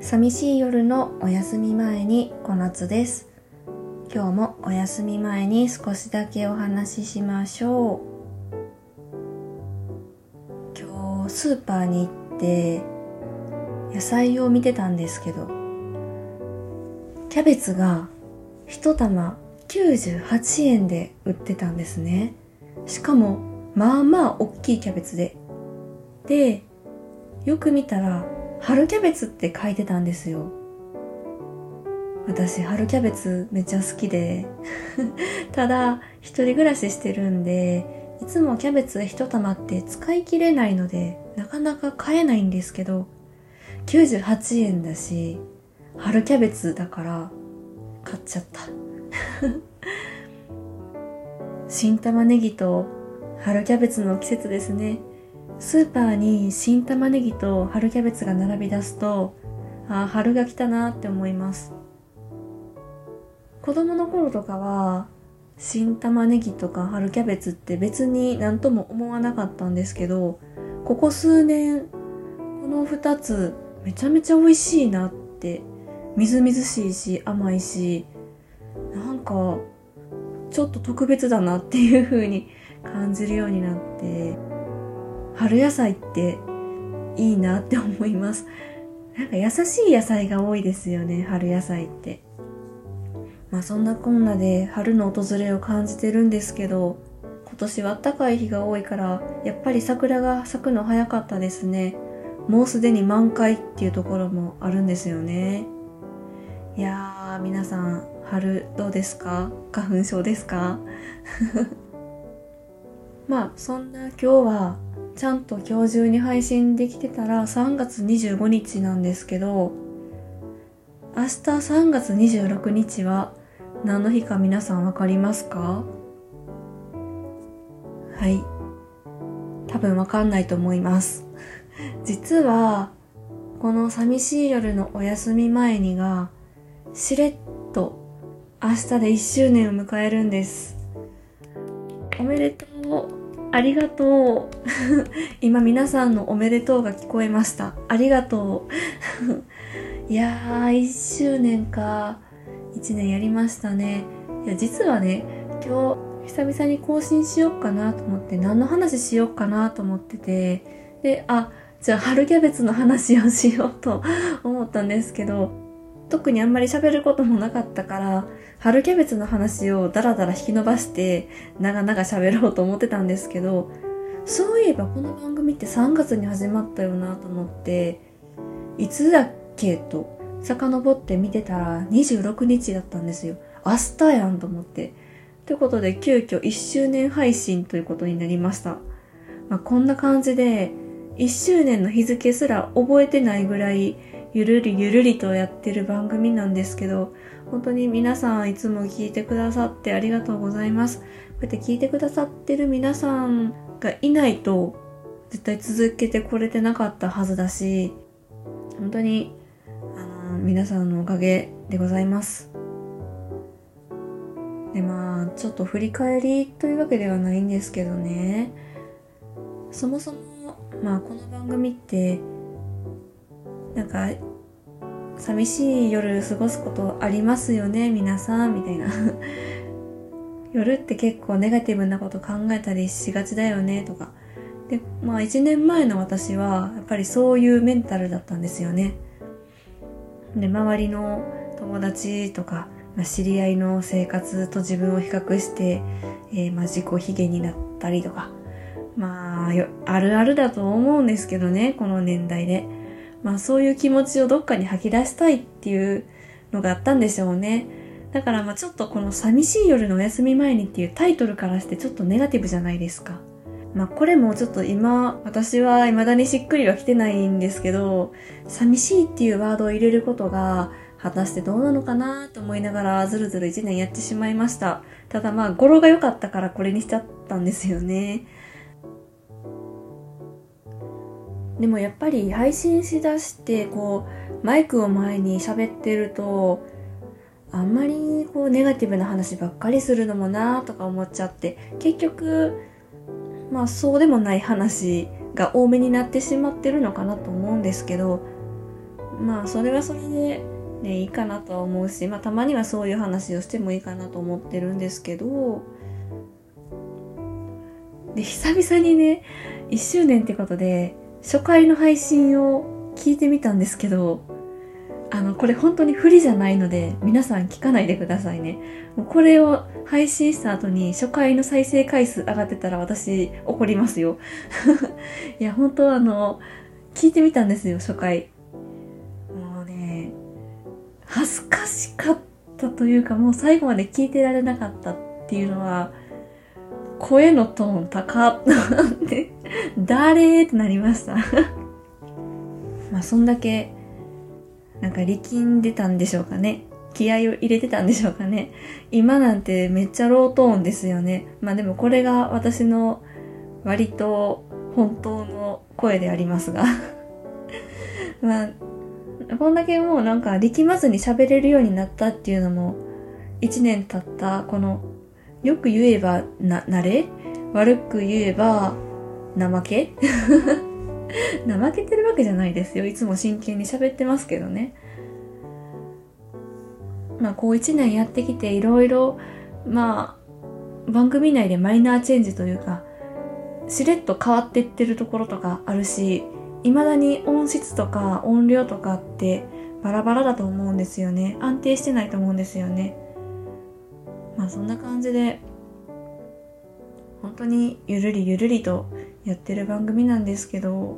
寂しい夜のお休み前に小夏です。今日もお休み前に少しだけお話ししましょう。今日スーパーに行って野菜を見てたんですけど、キャベツが1玉98円で売ってたんですね。しかもまあまあ大きいキャベツで、よく見たら春キャベツって書いてたんですよ。私春キャベツめっちゃ好きでただ一人暮らししてるんで、いつもキャベツ一玉って使い切れないのでなかなか買えないんですけど、98円だし春キャベツだから買っちゃった新玉ねぎと春キャベツの季節ですね。スーパーに新玉ねぎと春キャベツが並び出すと、春が来たなって思います。子供の頃とかは新玉ねぎとか春キャベツって別に何とも思わなかったんですけど、ここ数年この2つめちゃめちゃ美味しいなって、みずみずしいし甘いし、なんかちょっと特別だなっていう風に感じるようになって、春野菜っていいなって思います。なんか優しい野菜が多いですよね、春野菜って。そんなこんなで春の訪れを感じてるんですけど、今年は暖かい日が多いからやっぱり桜が咲くの早かったですね。もうすでに満開っていうところもあるんですよね。いやー、皆さん春どうですか？花粉症ですか？そんな今日はちゃんと今日中に配信できてたら3月25日なんですけど、明日3月26日は何の日か皆さんわかりますか？はい、多分わかんないと思います実はこの寂しい夜のお休み前にがしれっと明日で1周年を迎えるんです。おめでとう、ありがとう今皆さんのおめでとうが聞こえました。ありがとういやー、1周年か。1年やりましたね。いや、実はね、今日久々に更新しようかなと思って、何の話しようかなと思ってて、で、じゃあ春キャベツの話をしようと思ったんですけど、特にあんまり喋ることもなかったから、春キャベツの話をダラダラ引き伸ばして長々喋ろうと思ってたんですけど、そういえばこの番組って3月に始まったよなと思って、いつだっけと遡って見てたら26日だったんですよ。明日やんと思って。ということで急遽1周年配信ということになりました。こんな感じで1周年の日付すら覚えてないぐらいゆるりゆるりとやってる番組なんですけど、本当に皆さんいつも聞いてくださってありがとうございます。こうやって聞いてくださってる皆さんがいないと絶対続けてこれてなかったはずだし、本当に皆さんのおかげでございます。で、ちょっと振り返りというわけではないんですけどね、そもそもこの番組ってなんか寂しい夜過ごすことありますよね皆さんみたいな夜って結構ネガティブなこと考えたりしがちだよねとかで、1年前の私はやっぱりそういうメンタルだったんですよね。で、周りの友達とか、知り合いの生活と自分を比較して、自己卑下になったりとか、あるあるだと思うんですけどね、この年代で。そういう気持ちをどっかに吐き出したいっていうのがあったんでしょうね。だからちょっとこの寂しい夜のお休み前にっていうタイトルからしてちょっとネガティブじゃないですか。これもちょっと私は未だにしっくりは来てないんですけど、寂しいっていうワードを入れることが果たしてどうなのかなと思いながらずるずる1年やってしまいました。ただ語呂が良かったからこれにしちゃったんですよね。でもやっぱり配信しだしてマイクを前に喋ってると、あんまりネガティブな話ばっかりするのもなとか思っちゃって、結局そうでもない話が多めになってしまってるのかなと思うんですけど、 まあそれはそれでねいいかなとは思うし、たまにはそういう話をしてもいいかなと思ってるんですけど、で久々にね1周年ってことで初回の配信を聞いてみたんですけど、これ本当に不利じゃないので皆さん聞かないでくださいね。もうこれを配信した後に初回の再生回数上がってたら私怒りますよいや本当聞いてみたんですよ、初回。もうね恥ずかしかったというか、もう最後まで聞いてられなかったっていうのは、声のトーン高っって誰ってなりましたそんだけなんか力んでたんでしょうかね。気合を入れてたんでしょうかね。今なんてめっちゃロートーンですよね。でもこれが私の割と本当の声でありますがこんだけもうなんか力まずに喋れるようになったっていうのも1年経ったこの、よく言えば慣れ、悪く言えば怠け怠けてるわけじゃないですよ。いつも真剣に喋ってますけどね。こう1年やってきていろいろ番組内でマイナーチェンジというかしれっと変わっていってるところとかあるし、未だに音質とか音量とかってバラバラだと思うんですよね。安定してないと思うんですよね。そんな感じで本当にゆるりゆるりとやってる番組なんですけど、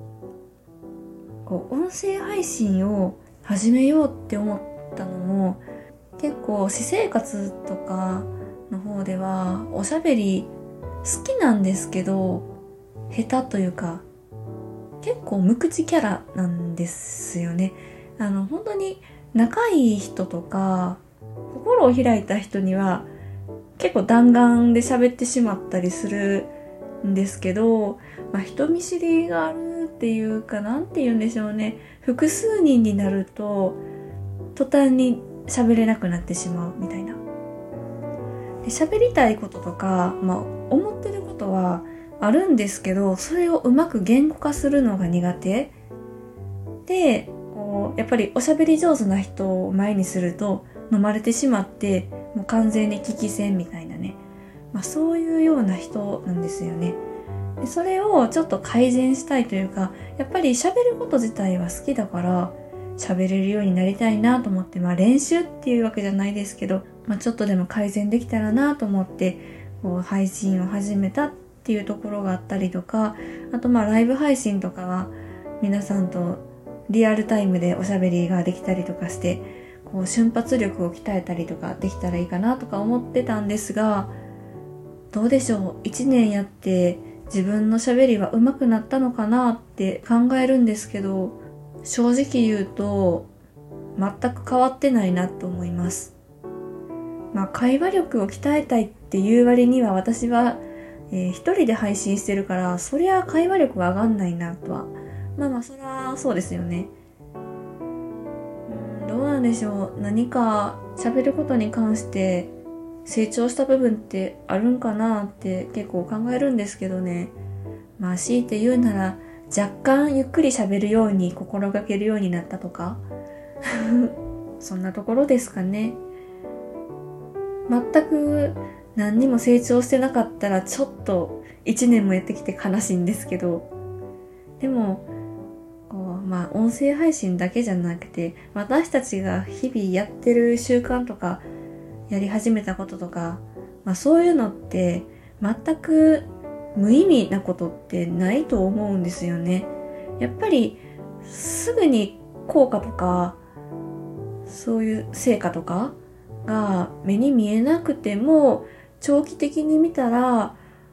音声配信を始めようって思ったのも結構私生活とかの方ではおしゃべり好きなんですけど下手というか結構無口キャラなんですよね。本当に仲いい人とか心を開いた人には結構弾丸で喋ってしまったりするんですけど、人見知りがあるっていうか、なんて言うんでしょうね。複数人になると途端に喋れなくなってしまうみたいな。で喋りたいこととか、思ってることはあるんですけど、それをうまく言語化するのが苦手で、やっぱりおしゃべり上手な人を前にすると飲まれてしまってもう完全に聞き戦みたいなね、そういうような人なんですよね。でそれをちょっと改善したいというか、やっぱり喋ること自体は好きだから喋れるようになりたいなと思って、練習っていうわけじゃないですけど、ちょっとでも改善できたらなと思って配信を始めたっていうところがあったりとか、あとライブ配信とかは皆さんとリアルタイムでおしゃべりができたりとかして、瞬発力を鍛えたりとかできたらいいかなとか思ってたんですが、どうでしょう、1年やって自分のしゃべりは上手くなったのかなって考えるんですけど、正直言うと全く変わってないなと思います。会話力を鍛えたいっていう割には私は、一人で配信してるから、そりゃ会話力は上がんないなとは。そりゃそうですよね。どうなんでしょう。何か喋ることに関して成長した部分ってあるんかなって結構考えるんですけどね。強いて言うなら若干ゆっくり喋るように心がけるようになったとかそんなところですかね。全く何にも成長してなかったらちょっと1年もやってきて悲しいんですけど、でも音声配信だけじゃなくて私たちが日々やってる習慣とかやり始めたこととか、そういうのって全く無意味なことってないと思うんですよね。やっぱりすぐに効果とかそういう成果とかが目に見えなくても長期的に見たら、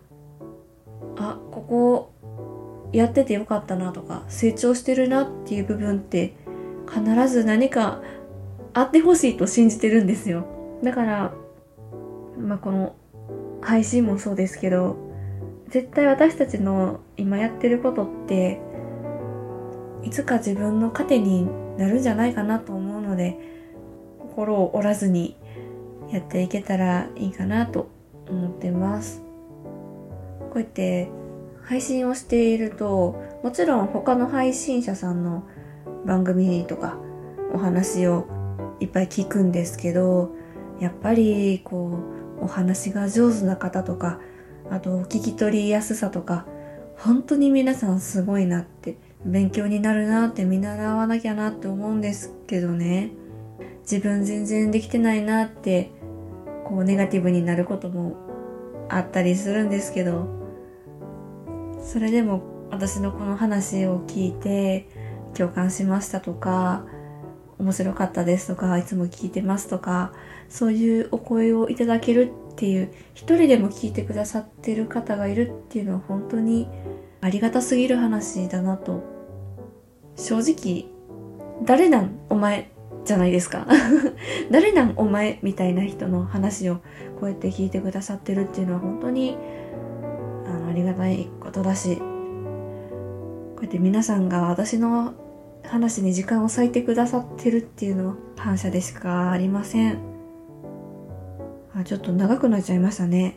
ここやっててよかったなとか成長してるなっていう部分って必ず何かあってほしいと信じてるんですよ。だからこの配信もそうですけど、絶対私たちの今やってることっていつか自分の糧になるんじゃないかなと思うので、心を折らずにやっていけたらいいかなと思ってます。こうやって配信をしていると、もちろん他の配信者さんの番組とかお話をいっぱい聞くんですけど、やっぱりお話が上手な方とか、あと聞き取りやすさとか、本当に皆さんすごいなって、勉強になるなって見習わなきゃなって思うんですけどね。自分全然できてないなってネガティブになることもあったりするんですけど、それでも私のこの話を聞いて共感しましたとか、面白かったですとか、いつも聞いてますとか、そういうお声をいただけるっていう、一人でも聞いてくださってる方がいるっていうのは本当にありがたすぎる話だなと。正直誰なんお前じゃないですか誰なんお前みたいな人の話をこうやって聞いてくださってるっていうのは本当にありがたいことだし、こうやって皆さんが私の話に時間を割いてくださってるっていうのは感謝でしかありません。ちょっと長くなっちゃいましたね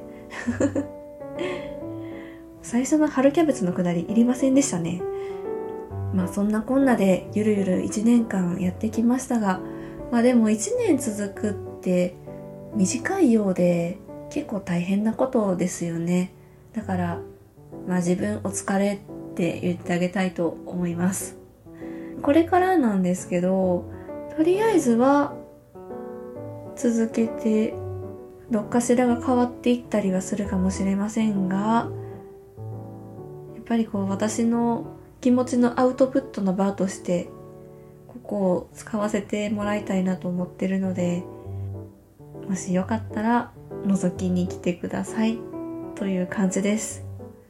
最初の春キャベツのくだりいりませんでしたね。そんなこんなでゆるゆる1年間やってきましたが、でも1年続くって短いようで結構大変なことですよね。だから自分お疲れって言ってあげたいと思います。これからなんですけど、とりあえずは続けてどっかしらが変わっていったりはするかもしれませんが、やっぱり私の気持ちのアウトプットの場としてここを使わせてもらいたいなと思ってるので、もしよかったら覗きに来てくださいという感じです。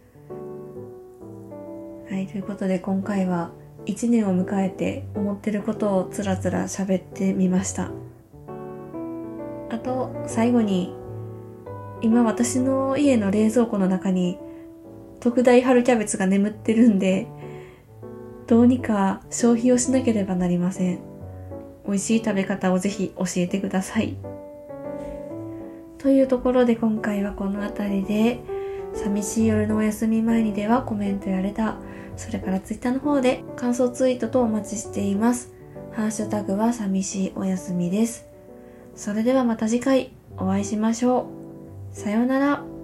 はい、ということで今回は1年を迎えて思ってることをつらつら喋ってみました。あと最後に、今私の家の冷蔵庫の中に特大春キャベツが眠ってるんで、どうにか消費をしなければなりません。美味しい食べ方をぜひ教えてください。というところで今回はこの辺りで、寂しい夜のお休み前にではコメントやレター、それからツイッターの方で感想ツイートとお待ちしています。ハッシュタグは寂しいお休みです。それではまた次回お会いしましょう。さようなら。